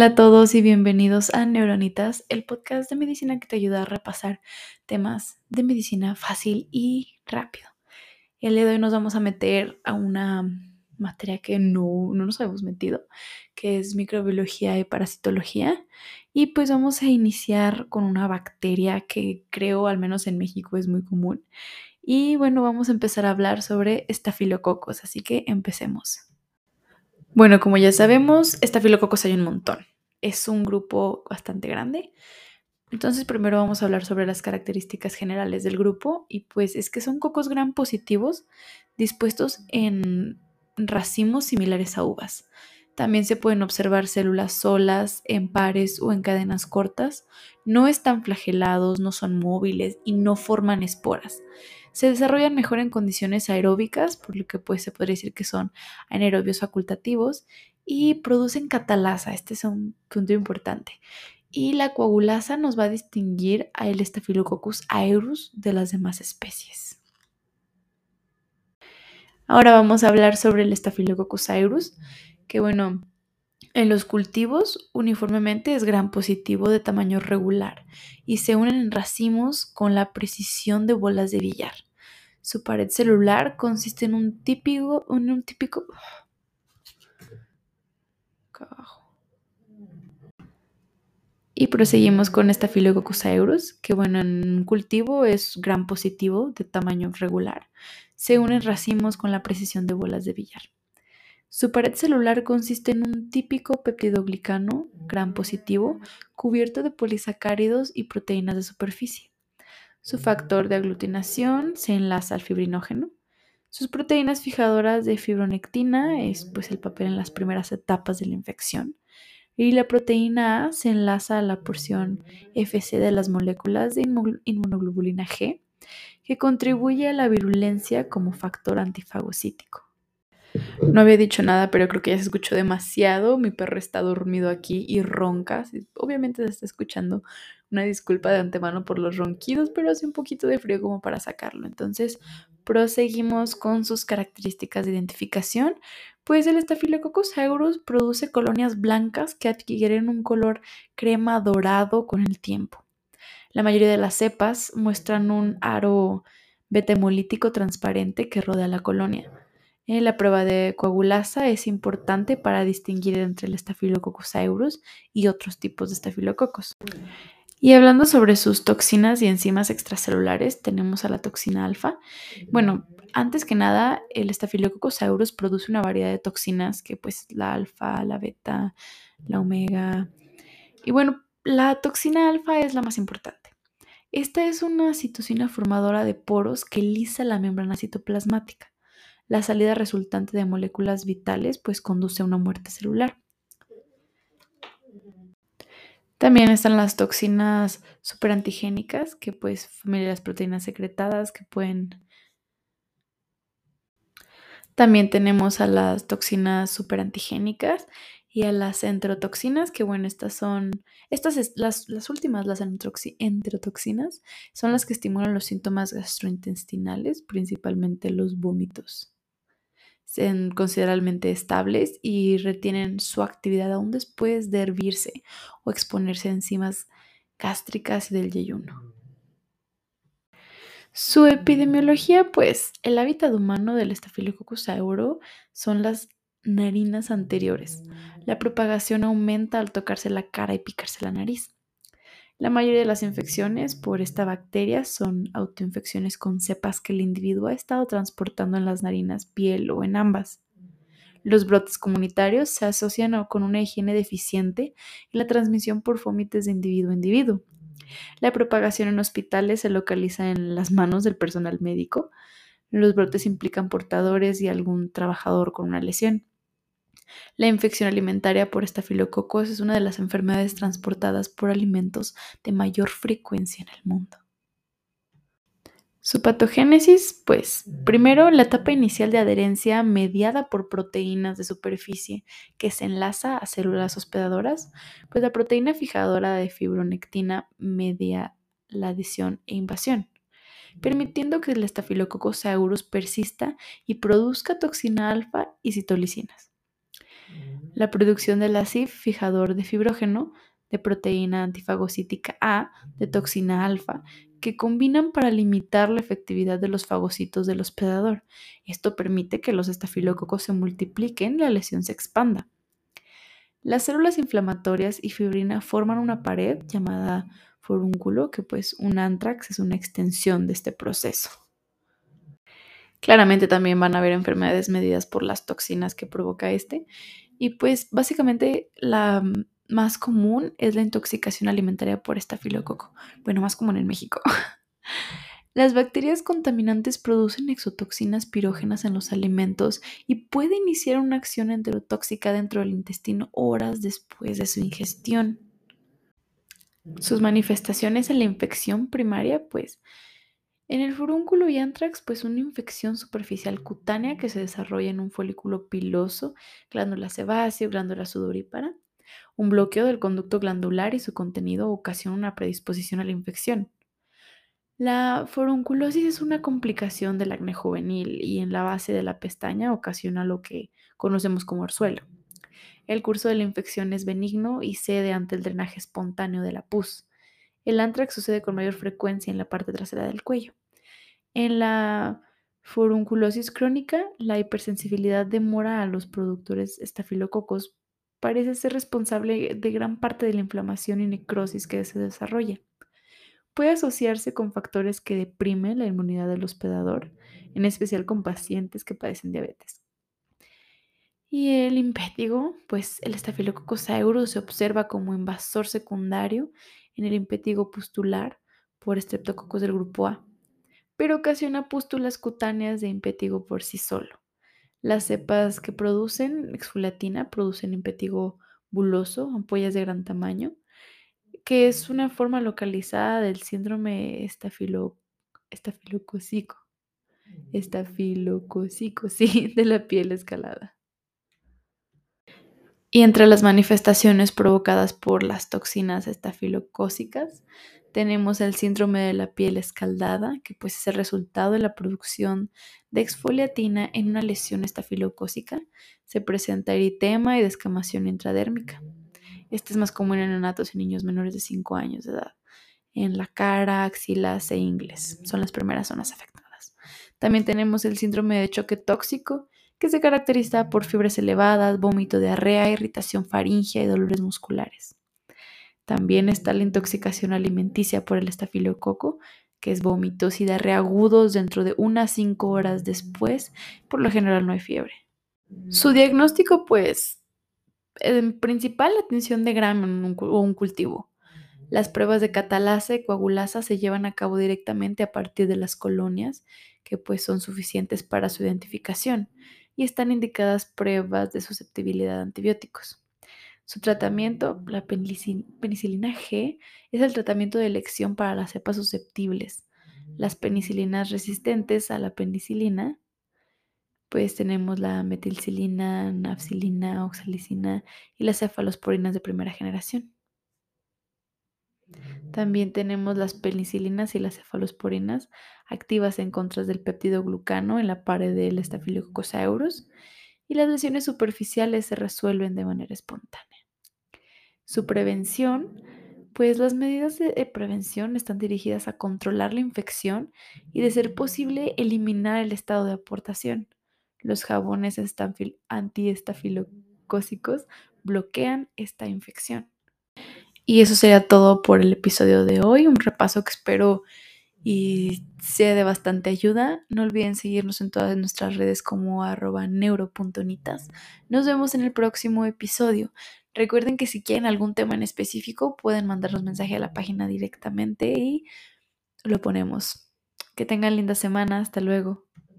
Hola a todos y bienvenidos a Neuronitas, el podcast de medicina que te ayuda a repasar temas de medicina fácil y rápido. El día de hoy nos vamos a meter a una materia que no nos habíamos metido, que es microbiología y parasitología. Y pues vamos a iniciar con una bacteria que creo, al menos en México, es muy común. Y bueno, vamos a empezar a hablar sobre estafilococos, así que empecemos. Bueno, como ya sabemos, estafilococos hay un montón. Es un grupo bastante grande. Entonces, primero vamos a hablar sobre las características generales del grupo y pues es que son cocos gram positivos dispuestos en racimos similares a uvas. También se pueden observar células solas, en pares o en cadenas cortas. No están flagelados, no son móviles y no forman esporas. Se desarrollan mejor en condiciones aeróbicas, por lo que pues se podría decir que son anaerobios facultativos y producen catalasa. Este es un punto importante. Y la coagulasa nos va a distinguir a el Staphylococcus aureus de las demás especies. Ahora vamos a hablar sobre el Staphylococcus aureus, que bueno, en los cultivos uniformemente es gram positivo de tamaño regular y se unen en racimos con la precisión de bolas de billar. Su pared celular consiste en un típico Y proseguimos con Staphylococcus aureus, que bueno, en un cultivo es gram positivo de tamaño regular. Se unen racimos con la precisión de bolas de billar. Su pared celular consiste en un típico peptidoglicano gram positivo cubierto de polisacáridos y proteínas de superficie. Su factor de aglutinación se enlaza al fibrinógeno. Sus proteínas fijadoras de fibronectina es pues el papel en las primeras etapas de la infección. Y la proteína A se enlaza a la porción Fc de las moléculas de inmunoglobulina G, que contribuye a la virulencia como factor antifagocítico. No había dicho nada, pero creo que ya se escuchó demasiado. Mi perro está dormido aquí y ronca. Obviamente se está escuchando. Una disculpa de antemano por los ronquidos, pero hace un poquito de frío como para sacarlo. Entonces, proseguimos con sus características de identificación. Pues el Staphylococcus aureus produce colonias blancas que adquieren un color crema dorado con el tiempo. La mayoría de las cepas muestran un aro beta-hemolítico transparente que rodea la colonia. La prueba de coagulasa es importante para distinguir entre el Staphylococcus aureus y otros tipos de estafilococos. Y hablando sobre sus toxinas y enzimas extracelulares, tenemos a la toxina alfa. Bueno, antes que nada, el Staphylococcus aureus produce una variedad de toxinas que pues la alfa, la beta, la omega. Y bueno, la toxina alfa es la más importante. Esta es una citosina formadora de poros que lisa la membrana citoplasmática. La salida resultante de moléculas vitales pues conduce a una muerte celular. También están las toxinas superantigénicas, que pues familia de las proteínas secretadas que pueden. También tenemos a las toxinas superantigénicas y a las enterotoxinas, que bueno, las últimas, las enterotoxinas, son las que estimulan los síntomas gastrointestinales, principalmente los vómitos. Son considerablemente estables y retienen su actividad aún después de hervirse o exponerse a enzimas gástricas y del yeyuno. Su epidemiología, pues, el hábitat humano del Staphylococcus aureus son las narinas anteriores. La propagación aumenta al tocarse la cara y picarse la nariz. La mayoría de las infecciones por esta bacteria son autoinfecciones con cepas que el individuo ha estado transportando en las narinas, piel o en ambas. Los brotes comunitarios se asocian con una higiene deficiente y la transmisión por fomites de individuo a individuo. La propagación en hospitales se localiza en las manos del personal médico. Los brotes implican portadores y algún trabajador con una lesión. La infección alimentaria por estafilococos es una de las enfermedades transportadas por alimentos de mayor frecuencia en el mundo. Su patogénesis, pues, primero la etapa inicial de adherencia mediada por proteínas de superficie que se enlaza a células hospedadoras, pues la proteína fijadora de fibronectina media la adhesión e invasión, permitiendo que el Staphylococcus aureus persista y produzca toxina alfa y citolicinas. La producción de la CIF, fijador de fibrógeno, de proteína antifagocítica A, de toxina alfa, que combinan para limitar la efectividad de los fagocitos del hospedador. Esto permite que los estafilococos se multipliquen y la lesión se expanda. Las células inflamatorias y fibrina forman una pared llamada forúnculo, que pues un anthrax es una extensión de este proceso. Claramente también van a haber enfermedades medidas por las toxinas que provoca este. Y pues básicamente la más común es la intoxicación alimentaria por estafilococo. Bueno, más común en México. Las bacterias contaminantes producen exotoxinas pirógenas en los alimentos y puede iniciar una acción enterotóxica dentro del intestino horas después de su ingestión. Sus manifestaciones en la infección primaria, pues en el furúnculo y anthrax, pues una infección superficial cutánea que se desarrolla en un folículo piloso, glándula sebácea, glándula sudorípara. Un bloqueo del conducto glandular y su contenido ocasiona una predisposición a la infección. La forunculosis es una complicación del acné juvenil y en la base de la pestaña ocasiona lo que conocemos como orzuelo. El curso de la infección es benigno y cede ante el drenaje espontáneo de la pus. El anthrax sucede con mayor frecuencia en la parte trasera del cuello. En la furunculosis crónica, la hipersensibilidad de mora a los productores estafilococos parece ser responsable de gran parte de la inflamación y necrosis que se desarrolla. Puede asociarse con factores que deprimen la inmunidad del hospedador, en especial con pacientes que padecen diabetes. Y el impétigo, pues el Staphylococcus aureus se observa como invasor secundario en el impétigo pustular por estreptococos del grupo A, pero ocasiona pústulas cutáneas de impétigo por sí solo. Las cepas que producen exfoliatina producen impétigo buloso, ampollas de gran tamaño, que es una forma localizada del síndrome estafilocócico, estafilocócico, sí, de la piel escalada. Y entre las manifestaciones provocadas por las toxinas estafilocócicas, tenemos el síndrome de la piel escaldada, que pues es el resultado de la producción de exfoliatina en una lesión estafilocócica. Se presenta eritema y descamación intradérmica. Este es más común en neonatos y niños menores de 5 años de edad. En la cara, axilas e ingles son las primeras zonas afectadas. También tenemos el síndrome de choque tóxico, que se caracteriza por fiebres elevadas, vómito, diarrea, irritación faríngea y dolores musculares. También está la intoxicación alimenticia por el estafilococo, que es vómitos y diarrea agudos dentro de 1 a 5 horas después. Por lo general no hay fiebre. Su diagnóstico, pues, en principal, atención de grano o un cultivo. Las pruebas de catalasa y coagulasa se llevan a cabo directamente a partir de las colonias, que pues son suficientes para su identificación, y están indicadas pruebas de susceptibilidad a antibióticos. Su tratamiento, la penicilina G, es el tratamiento de elección para las cepas susceptibles. Las penicilinas resistentes a la penicilina, pues tenemos la metilcilina, nafcilina, oxalicina y las cefalosporinas de primera generación. También tenemos las penicilinas y las cefalosporinas activas en contra del péptido glucano en la pared del Staphylococcus aureus y las lesiones superficiales se resuelven de manera espontánea. Su prevención, pues las medidas de prevención están dirigidas a controlar la infección y, de ser posible, eliminar el estado de aportación. Los jabones antiestafilocócicos bloquean esta infección. Y eso sería todo por el episodio de hoy, un repaso que espero y sea de bastante ayuda. No olviden seguirnos en todas nuestras redes como @neuro.nitas. Nos vemos en el próximo episodio. Recuerden que si quieren algún tema en específico pueden mandarnos mensaje a la página directamente y lo ponemos. Que tengan linda semana. Hasta luego.